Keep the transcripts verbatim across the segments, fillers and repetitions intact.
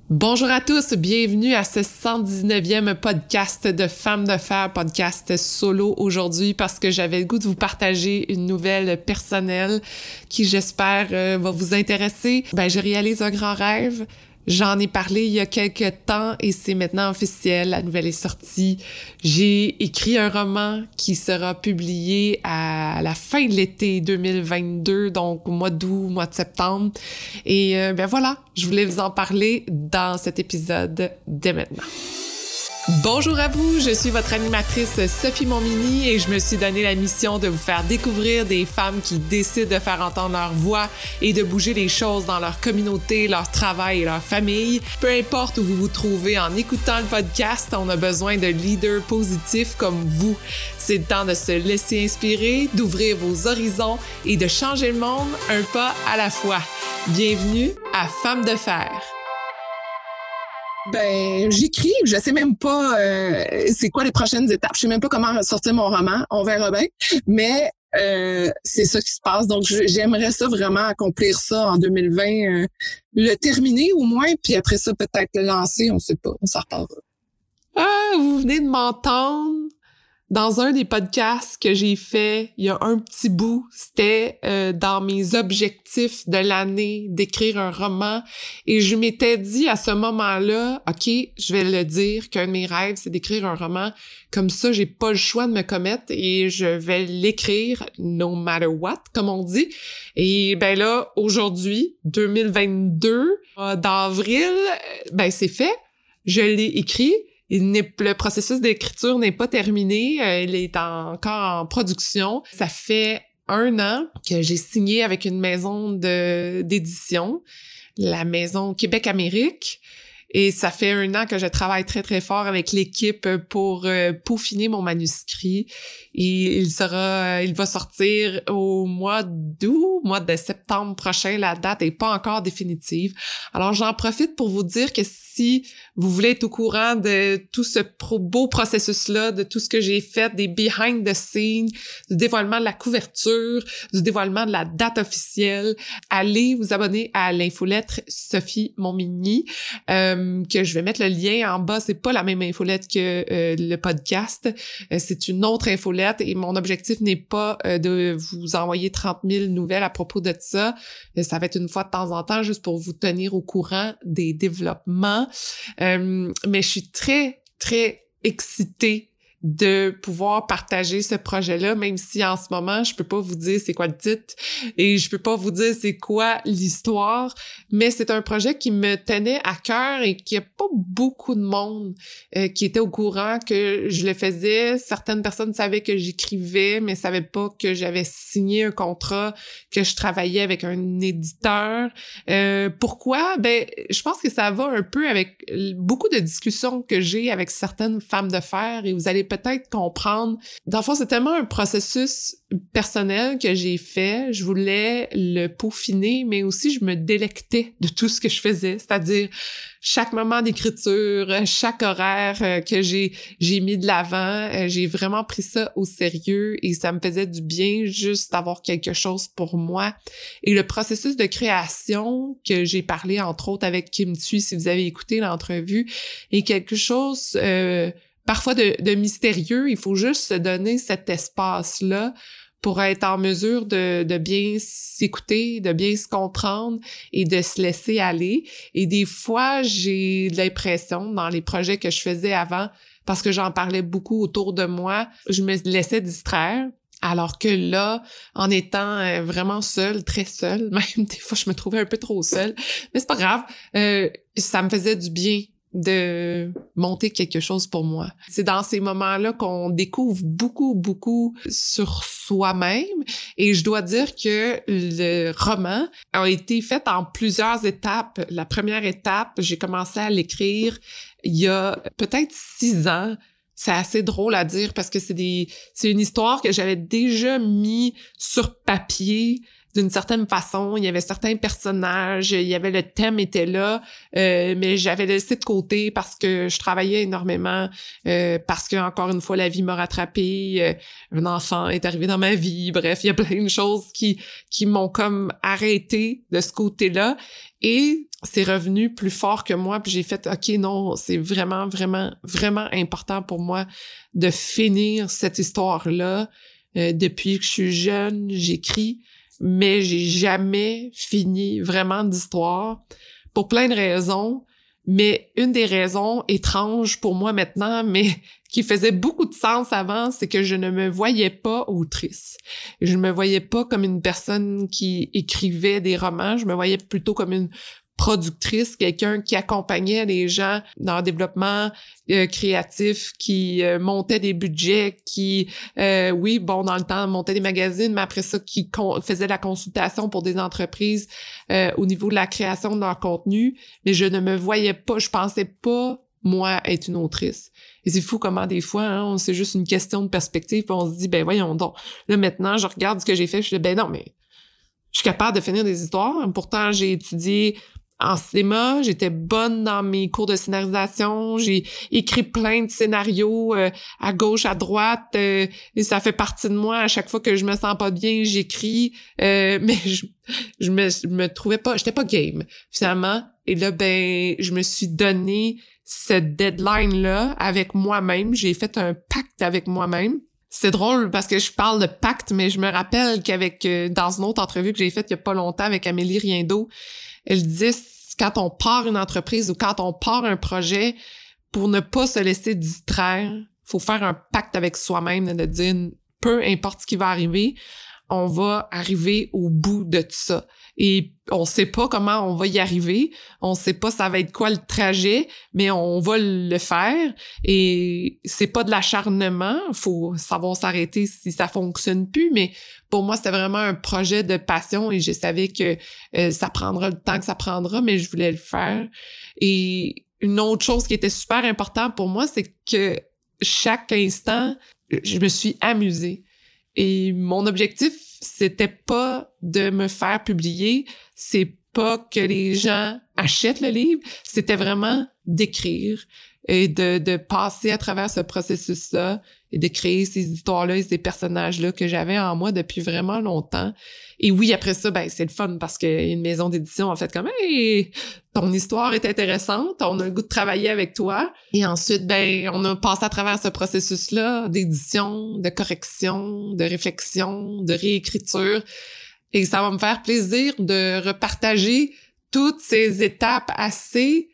Bonjour à tous, bienvenue à ce cent dix-neuvième podcast de Femmes de Fer, podcast solo aujourd'hui parce que j'avais le goût de vous partager une nouvelle personnelle qui, j'espère, euh, va vous intéresser. Ben, je réalise un grand rêve. J'en ai parlé il y a quelques temps et c'est maintenant officiel, la nouvelle est sortie. J'ai écrit un roman qui sera publié à la fin de l'été deux mille vingt-deux, donc au mois d'août, mois de septembre. Et euh, ben voilà, je voulais vous en parler dans cet épisode dès maintenant. Bonjour à vous, je suis votre animatrice Sophie Montminy et je me suis donné la mission de vous faire découvrir des femmes qui décident de faire entendre leur voix et de bouger les choses dans leur communauté, leur travail et leur famille. Peu importe où vous vous trouvez en écoutant le podcast, on a besoin de leaders positifs comme vous. C'est le temps de se laisser inspirer, d'ouvrir vos horizons et de changer le monde un pas à la fois. Bienvenue à Femmes de Fer. Ben, j'écris, je sais même pas euh, c'est quoi les prochaines étapes, je sais même pas comment sortir mon roman, on verra bien, mais euh, c'est ça qui se passe, donc j'aimerais ça vraiment accomplir ça en deux mille vingt, euh, le terminer au moins, puis après ça peut-être le lancer, on sait pas, on s'en reparlera. Ah, vous venez de m'entendre dans un des podcasts que j'ai fait il y a un petit bout, c'était euh, dans mes objectifs de l'année d'écrire un roman et je m'étais dit à ce moment-là, OK, je vais le dire qu'un de mes rêves, c'est d'écrire un roman. Comme ça, j'ai pas le choix de me commettre et je vais l'écrire no matter what, comme on dit. Et ben là, aujourd'hui, deux mille vingt-deux, euh, d'avril, ben c'est fait. Je l'ai écrit. Il n'est, le processus d'écriture n'est pas terminé, euh, il est en, encore en production. Ça fait un an que j'ai signé avec une maison de, d'édition, la maison Québec-Amérique. Et ça fait un an que je travaille très, très fort avec l'équipe pour euh, peaufiner mon manuscrit. Et il sera, il va sortir au mois d'août, mois de septembre prochain. La date est pas encore définitive. Alors, j'en profite pour vous dire que si vous voulez être au courant de tout ce pro- beau processus-là, de tout ce que j'ai fait, des behind the scenes, du dévoilement de la couverture, du dévoilement de la date officielle, allez vous abonner à l'infolettre Sophie Montminy. Euh, que je vais mettre le lien en bas. C'est pas la même infolette que euh, le podcast. Euh, c'est une autre infolette et mon objectif n'est pas euh, de vous envoyer trente mille nouvelles à propos de ça. Euh, ça va être une fois de temps en temps juste pour vous tenir au courant des développements. Euh, mais je suis très, très excitée de pouvoir partager ce projet-là, même si en ce moment, je peux pas vous dire c'est quoi le titre et je peux pas vous dire c'est quoi l'histoire, mais c'est un projet qui me tenait à cœur et qu'il y a pas beaucoup de monde euh, qui était au courant que je le faisais. Certaines personnes savaient que j'écrivais, mais savaient pas que j'avais signé un contrat, que je travaillais avec un éditeur. Euh, pourquoi? Ben, je pense que ça va un peu avec beaucoup de discussions que j'ai avec certaines femmes de fer et vous allez peut-être comprendre. Dans le fond, c'est tellement un processus personnel que j'ai fait. Je voulais le peaufiner, mais aussi je me délectais de tout ce que je faisais, c'est-à-dire chaque moment d'écriture, chaque horaire que j'ai j'ai mis de l'avant. J'ai vraiment pris ça au sérieux et ça me faisait du bien juste d'avoir quelque chose pour moi. Et le processus de création que j'ai parlé, entre autres, avec Kim Thuy, si vous avez écouté l'entrevue, est quelque chose... Euh, parfois de, de mystérieux. Il faut juste se donner cet espace-là pour être en mesure de, de bien s'écouter, de bien se comprendre et de se laisser aller. Et des fois, j'ai l'impression, dans les projets que je faisais avant, parce que j'en parlais beaucoup autour de moi, je me laissais distraire. Alors que là, en étant vraiment seule, très seule, même des fois, je me trouvais un peu trop seule, mais c'est pas grave, euh, ça me faisait du bien de monter quelque chose pour moi. C'est dans ces moments-là qu'on découvre beaucoup, beaucoup sur soi-même et je dois dire que le roman a été fait en plusieurs étapes. La première étape, j'ai commencé à l'écrire il y a peut-être six ans. C'est assez drôle à dire parce que c'est des, c'est une histoire que j'avais déjà mis sur papier d'une certaine façon. Il y avait certains personnages, il y avait le thème était là, euh, mais j'avais laissé de côté parce que je travaillais énormément, euh, parce que encore une fois la vie m'a rattrapée, euh, un enfant est arrivé dans ma vie, bref, il y a plein de choses qui qui m'ont comme arrêté de ce côté-là et c'est revenu plus fort que moi puis j'ai fait OK non, c'est vraiment vraiment vraiment important pour moi de finir cette histoire-là. Euh, depuis que je suis jeune, j'écris mais j'ai jamais fini vraiment d'histoire pour plein de raisons. Mais une des raisons étranges pour moi maintenant, mais qui faisait beaucoup de sens avant, c'est que je ne me voyais pas autrice. Je me voyais pas comme une personne qui écrivait des romans, je me voyais plutôt comme une productrice, quelqu'un qui accompagnait les gens dans le développement euh, créatif, qui euh, montait des budgets, qui, euh, oui, bon, dans le temps, montait des magazines, mais après ça, qui con- faisait la consultation pour des entreprises euh, au niveau de la création de leur contenu. Mais je ne me voyais pas, je pensais pas, moi, être une autrice. Et c'est fou comment des fois, hein, c'est juste une question de perspective, puis on se dit, ben voyons donc. Là, maintenant, je regarde ce que j'ai fait, je dis, ben non, mais je suis capable de finir des histoires. Pourtant, j'ai étudié en cinéma, j'étais bonne dans mes cours de scénarisation, j'ai écrit plein de scénarios euh, à gauche, à droite, euh, et ça fait partie de moi. À chaque fois que je me sens pas bien, j'écris, euh, mais je, je, me, je me trouvais pas, j'étais pas game, finalement. Et là, ben, je me suis donné ce deadline-là avec moi-même. J'ai fait un pacte avec moi-même. C'est drôle parce que je parle de pacte, mais je me rappelle qu'avec euh, dans une autre entrevue que j'ai faite il y a pas longtemps avec Amélie Riendo, elle disait quand on part une entreprise ou quand on part un projet, pour ne pas se laisser distraire, faut faire un pacte avec soi-même de dire peu importe ce qui va arriver, on va arriver au bout de tout ça. Et on sait pas comment on va y arriver, on sait pas ça va être quoi le trajet, mais on va le faire et c'est pas de l'acharnement, faut savoir s'arrêter si ça fonctionne plus, mais pour moi c'était vraiment un projet de passion et je savais que euh, ça prendra le temps que ça prendra, mais je voulais le faire. Et une autre chose qui était super importante pour moi, c'est que chaque instant, je me suis amusée. Et mon objectif, c'était pas de me faire publier, c'est pas que les gens achètent le livre, c'était vraiment d'écrire et de, de passer à travers ce processus-là et de créer ces histoires-là et ces personnages-là que j'avais en moi depuis vraiment longtemps. Et oui, après ça, ben c'est le fun parce qu'une maison d'édition a fait comme « Hey, ton histoire est intéressante, on a le goût de travailler avec toi. » Et ensuite, ben on a passé à travers ce processus-là d'édition, de correction, de réflexion, de réécriture. Et ça va me faire plaisir de repartager toutes ces étapes assez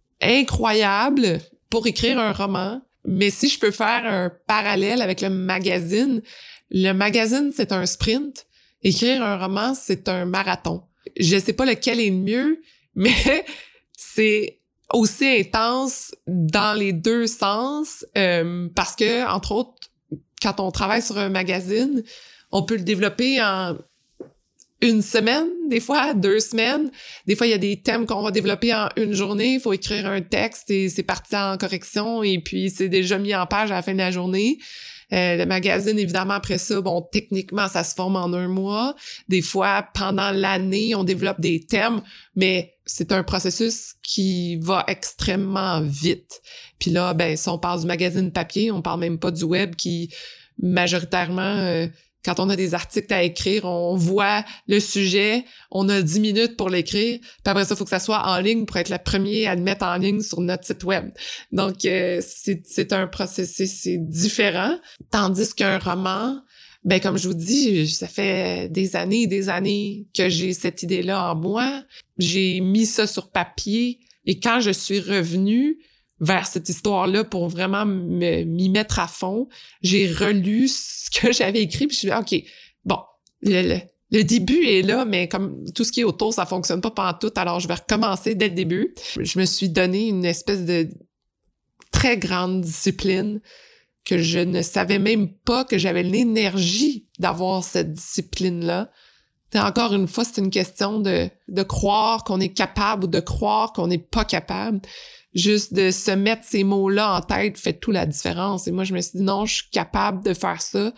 incroyables pour écrire un roman. Mais si je peux faire un parallèle avec le magazine, le magazine, c'est un sprint. Écrire un roman, c'est un marathon. Je sais pas lequel est le mieux, mais c'est aussi intense dans les deux sens euh, parce que, entre autres, quand on travaille sur un magazine, on peut le développer en une semaine, des fois deux semaines. Des fois, il y a des thèmes qu'on va développer en une journée. Il faut écrire un texte et c'est parti en correction et puis c'est déjà mis en page à la fin de la journée. Euh, le magazine, évidemment, après ça, bon, techniquement, ça se forme en un mois. Des fois, pendant l'année, on développe des thèmes, mais c'est un processus qui va extrêmement vite. Puis là, ben, si on parle du magazine papier, on parle même pas du web qui, majoritairement, euh, quand on a des articles à écrire, on voit le sujet, on a dix minutes pour l'écrire, puis après ça, il faut que ça soit en ligne pour être le premier à le mettre en ligne sur notre site web. Donc, euh, c'est, c'est un processus, c'est différent. Tandis qu'un roman, ben comme je vous dis, ça fait des années et des années que j'ai cette idée-là en moi. J'ai mis ça sur papier et quand je suis revenue vers cette histoire-là pour vraiment me, m'y mettre à fond, j'ai relu ce que j'avais écrit puis je me suis dit, OK, bon, le, le, le début est là, mais comme tout ce qui est autour, ça fonctionne pas pantoute, alors je vais recommencer dès le début. Je me suis donné une espèce de très grande discipline que je ne savais même pas que j'avais l'énergie d'avoir cette discipline-là. Et encore une fois, c'est une question de, de croire qu'on est capable ou de croire qu'on n'est pas capable. Juste de se mettre ces mots-là en tête fait toute la différence. Et moi, je me suis dit, non, je suis capable de faire ça.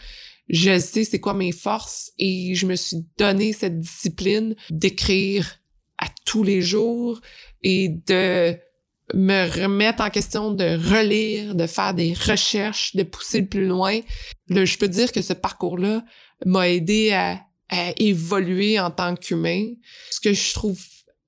je sais c'est quoi mes forces et je me suis donné cette discipline d'écrire à tous les jours et de me remettre en question, de relire, de faire des recherches, de pousser le plus loin. Là, je peux dire que ce parcours-là m'a aidé à, à évoluer en tant qu'humain. Ce que je trouve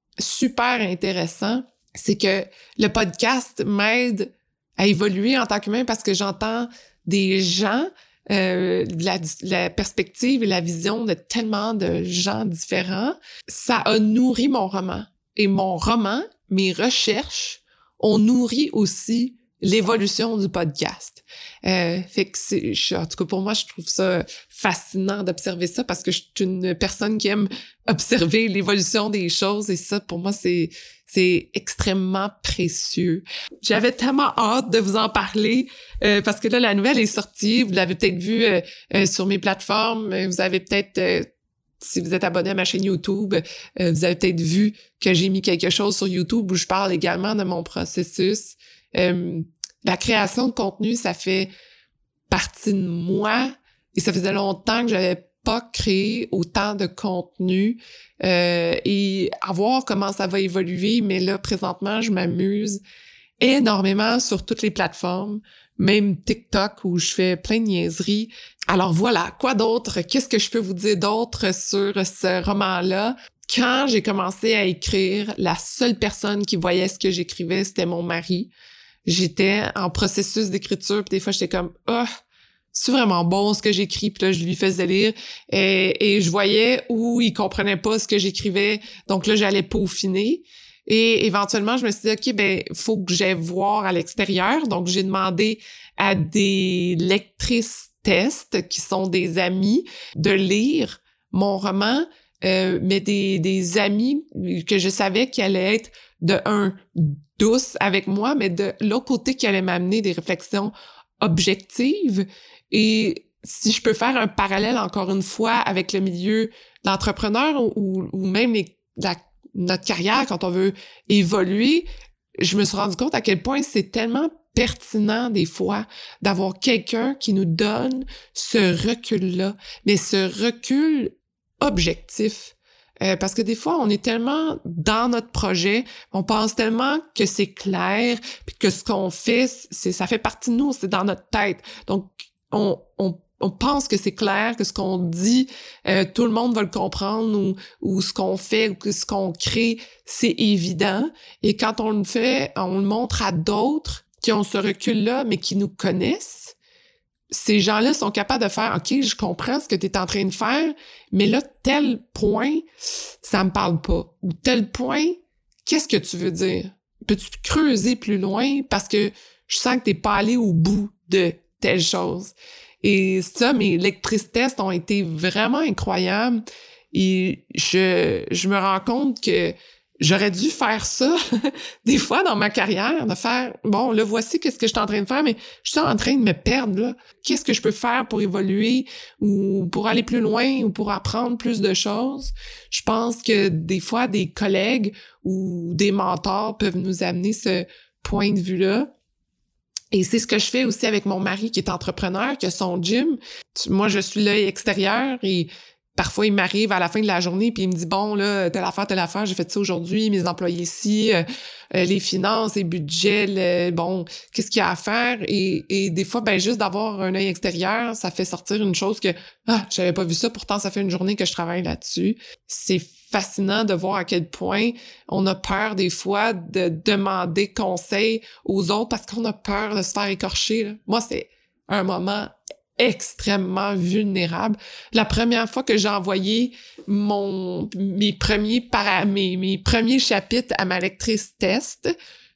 super intéressant, c'est que le podcast m'aide à évoluer en tant qu'humain parce que j'entends des gens, euh, la, la perspective et la vision de tellement de gens différents. Ça a nourri mon roman. Et mon roman, mes recherches, ont nourri aussi l'évolution du podcast. Euh, fait que c'est, je, en tout cas pour moi, je trouve ça fascinant d'observer ça parce que je suis une personne qui aime observer l'évolution des choses et ça, pour moi, c'est c'est extrêmement précieux. J'avais tellement hâte de vous en parler euh, parce que là, la nouvelle est sortie. Vous l'avez peut-être vue euh, euh, sur mes plateformes. Vous avez peut-être, euh, si vous êtes abonné à ma chaîne YouTube, euh, vous avez peut-être vu que j'ai mis quelque chose sur YouTube où je parle également de mon processus. Euh, la création de contenu, ça fait partie de moi et ça faisait longtemps que j'avais pas créé autant de contenu euh, et à voir comment ça va évoluer, mais là, présentement, je m'amuse énormément sur toutes les plateformes, même TikTok où je fais plein de niaiseries. Alors voilà, quoi d'autre? Qu'est-ce que je peux vous dire d'autre sur ce roman-là? Quand j'ai commencé à écrire, la seule personne qui voyait ce que j'écrivais, c'était mon mari. J'étais en processus d'écriture, puis des fois, j'étais comme « Ah! » c'est vraiment bon ce que j'écris, puis là, je lui faisais lire, et, et je voyais où il comprenait pas ce que j'écrivais, donc là, j'allais peaufiner, et éventuellement, je me suis dit, OK, ben, faut que j'aille voir à l'extérieur, donc j'ai demandé à des lectrices tests, qui sont des amis, de lire mon roman, euh, mais des, des amis que je savais qui allaient être, de un, douces avec moi, mais de l'autre côté, qui allaient m'amener des réflexions objectives. Et si je peux faire un parallèle, encore une fois, avec le milieu d'entrepreneur ou, ou même les, la, notre carrière, quand on veut évoluer, je me suis rendu compte à quel point c'est tellement pertinent des fois d'avoir quelqu'un qui nous donne ce recul-là, mais ce recul objectif. Euh, parce que des fois, on est tellement dans notre projet, on pense tellement que c'est clair, puis que ce qu'on fait, c'est, ça fait partie de nous, c'est dans notre tête. Donc, on, on, on pense que c'est clair, que ce qu'on dit, euh, tout le monde va le comprendre, ou, ou ce qu'on fait, ou que ce qu'on crée, c'est évident. Et quand on le fait, on le montre à d'autres qui ont ce recul-là, mais qui nous connaissent, ces gens-là sont capables de faire « OK, je comprends ce que tu es en train de faire, mais là, tel point, ça me parle pas. » Ou « Tel point, qu'est-ce que tu veux dire? Peux-tu creuser plus loin? Parce que je sens que t'es pas allé au bout de telle chose. » Et ça, mes lectrices tests ont été vraiment incroyables. Et je, je me rends compte que j'aurais dû faire ça des fois dans ma carrière, de faire, bon, là, voici qu'est-ce que je suis en train de faire, mais je suis en train de me perdre, là. Qu'est-ce que je peux faire pour évoluer ou pour aller plus loin ou pour apprendre plus de choses? Je pense que des fois, des collègues ou des mentors peuvent nous amener ce point de vue-là. Et c'est ce que je fais aussi avec mon mari qui est entrepreneur, qui a son gym. Moi, je suis l'œil extérieur et parfois, il m'arrive à la fin de la journée puis il me dit « Bon, là, telle affaire, telle affaire, j'ai fait ça aujourd'hui, mes employés ici, euh, euh, les finances, les budgets, le, bon, qu'est-ce qu'il y a à faire? » Et, et des fois, ben juste d'avoir un œil extérieur, ça fait sortir une chose que « Ah, j'avais pas vu ça, pourtant ça fait une journée que je travaille là-dessus. » C'est fascinant de voir à quel point on a peur des fois de demander conseil aux autres parce qu'on a peur de se faire écorcher, là. Moi, c'est un moment extrêmement vulnérable. La première fois que j'ai envoyé mon mes premiers para, mes, mes premiers chapitres à ma lectrice test,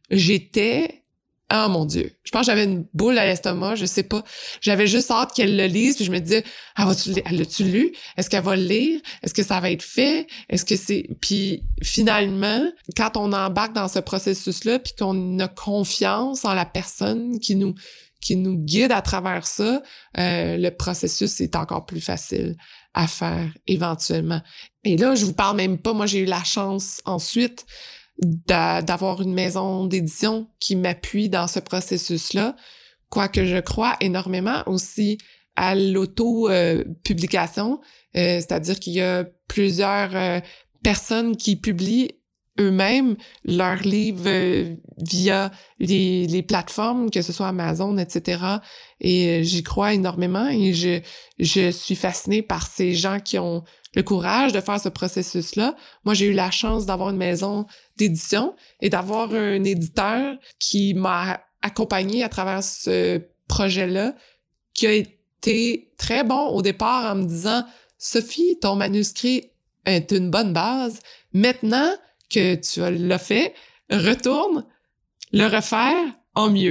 j'étais oh mon Dieu, je pense que j'avais une boule à l'estomac, je sais pas. J'avais juste hâte qu'elle le lise, puis je me disais ah va-tu elle l'a-tu lu? Est-ce qu'elle va le lire? Est-ce que ça va être fait? Est-ce que c'est puis finalement, quand on embarque dans ce processus-là puis qu'on a confiance en la personne qui nous qui nous guide à travers ça, euh, le processus est encore plus facile à faire éventuellement. Et là, je vous parle même pas, moi j'ai eu la chance ensuite d'a, d'avoir une maison d'édition qui m'appuie dans ce processus-là, quoique je crois énormément aussi à l'auto-publication, euh, euh, c'est-à-dire qu'il y a plusieurs euh, personnes qui publient eux-mêmes leurs livres euh, via les, les plateformes, que ce soit Amazon, et cetera. Et euh, j'y crois énormément et je, je suis fascinée par ces gens qui ont le courage de faire ce processus-là. Moi, j'ai eu la chance d'avoir une maison d'édition et d'avoir un éditeur qui m'a accompagnée à travers ce projet-là, qui a été très bon au départ en me disant « Sophie, ton manuscrit est une bonne base. Maintenant que tu l'as fait, retourne le refaire en mieux. »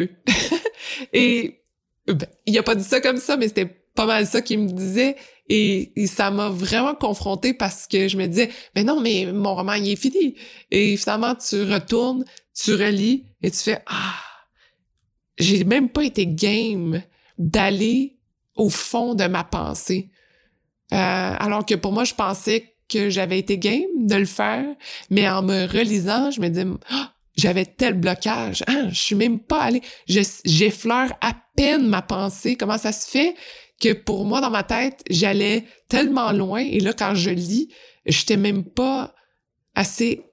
Et ben, il a pas dit ça comme ça, mais c'était pas mal ça qu'il me disait. Et, et ça m'a vraiment confrontée parce que je me disais « Mais non, mais mon roman, il est fini. » Et finalement, tu retournes, tu relis et tu fais « Ah, j'ai même pas été game d'aller au fond de ma pensée. Euh, » Alors que pour moi, je pensais que j'avais été game de le faire, mais en me relisant, je me disais oh, j'avais tel blocage, ah, je suis même pas allée, je, j'effleure à peine ma pensée. Comment ça se fait que pour moi, dans ma tête, j'allais tellement loin, et là, quand je lis, j'étais même pas assez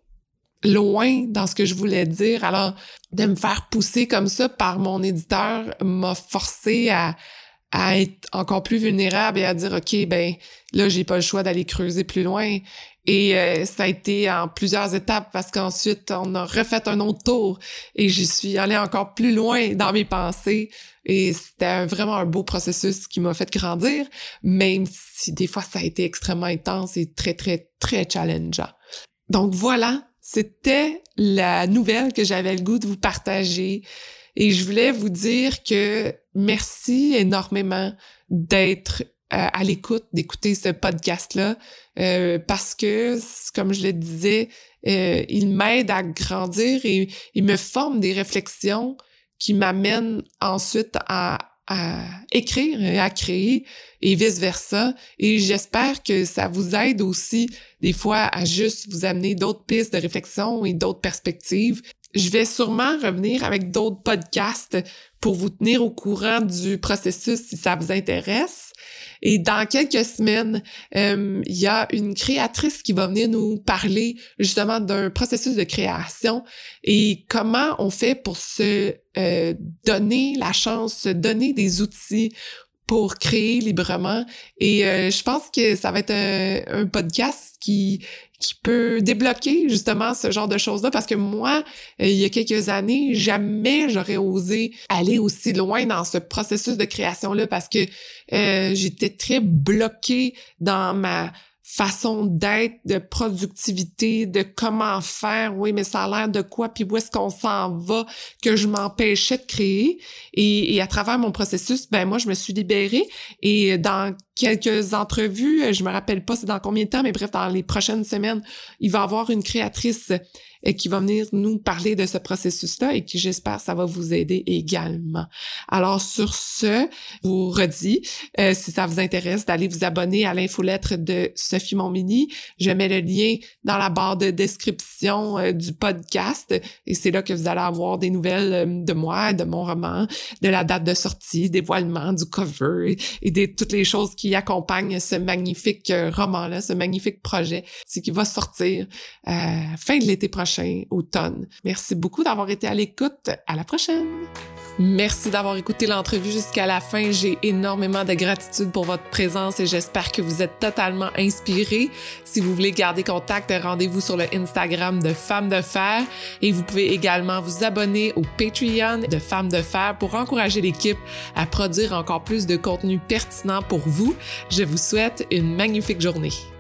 loin dans ce que je voulais dire. Alors, de me faire pousser comme ça par mon éditeur m'a forcé à à être encore plus vulnérable et à dire, OK, ben là, j'ai pas le choix d'aller creuser plus loin. Et euh, ça a été en plusieurs étapes parce qu'ensuite, on a refait un autre tour et j'y suis allée encore plus loin dans mes pensées. Et c'était vraiment un beau processus qui m'a fait grandir, même si des fois, ça a été extrêmement intense et très, très, très challengeant. Donc voilà, c'était la nouvelle que j'avais le goût de vous partager. Et je voulais vous dire que merci énormément d'être euh, à l'écoute, d'écouter ce podcast-là, euh, parce que, comme je le disais, euh, il m'aide à grandir et il me forme des réflexions qui m'amènent ensuite à, à écrire et à créer et vice-versa. Et j'espère que ça vous aide aussi des fois à juste vous amener d'autres pistes de réflexion et d'autres perspectives. Je vais sûrement revenir avec d'autres podcasts pour vous tenir au courant du processus si ça vous intéresse. Et dans quelques semaines, euh, il y a une créatrice qui va venir nous parler justement d'un processus de création et comment on fait pour se euh, donner la chance, se donner des outils pour créer librement. Et euh, je pense que ça va être un, un podcast qui qui peut débloquer justement ce genre de choses-là parce que moi, euh, il y a quelques années, jamais j'aurais osé aller aussi loin dans ce processus de création-là parce que euh, j'étais très bloquée dans ma façon d'être, de productivité, de comment faire, oui, mais ça a l'air de quoi, puis où est-ce qu'on s'en va, que je m'empêchais de créer. Et, et à travers mon processus, ben moi, je me suis libérée et dans quelques entrevues, je me rappelle pas c'est dans combien de temps, mais bref, dans les prochaines semaines, il va y avoir une créatrice qui va venir nous parler de ce processus-là et qui, j'espère, ça va vous aider également. Alors, sur ce, je vous redis, euh, si ça vous intéresse, d'aller vous abonner à l'infolettre de Sophie Montminy. Je mets le lien dans la barre de description euh, du podcast et c'est là que vous allez avoir des nouvelles euh, de moi, de mon roman, de la date de sortie, dévoilement, du cover et, et de toutes les choses qui accompagnent ce magnifique euh, roman-là, ce magnifique projet, c'est qui va sortir euh, fin de l'été prochain. Automne. Merci beaucoup d'avoir été à l'écoute. À la prochaine! Merci d'avoir écouté l'entrevue jusqu'à la fin. J'ai énormément de gratitude pour votre présence et j'espère que vous êtes totalement inspirés. Si vous voulez garder contact, rendez-vous sur le Instagram de Femmes de Fer et vous pouvez également vous abonner au Patreon de Femmes de Fer pour encourager l'équipe à produire encore plus de contenu pertinent pour vous. Je vous souhaite une magnifique journée.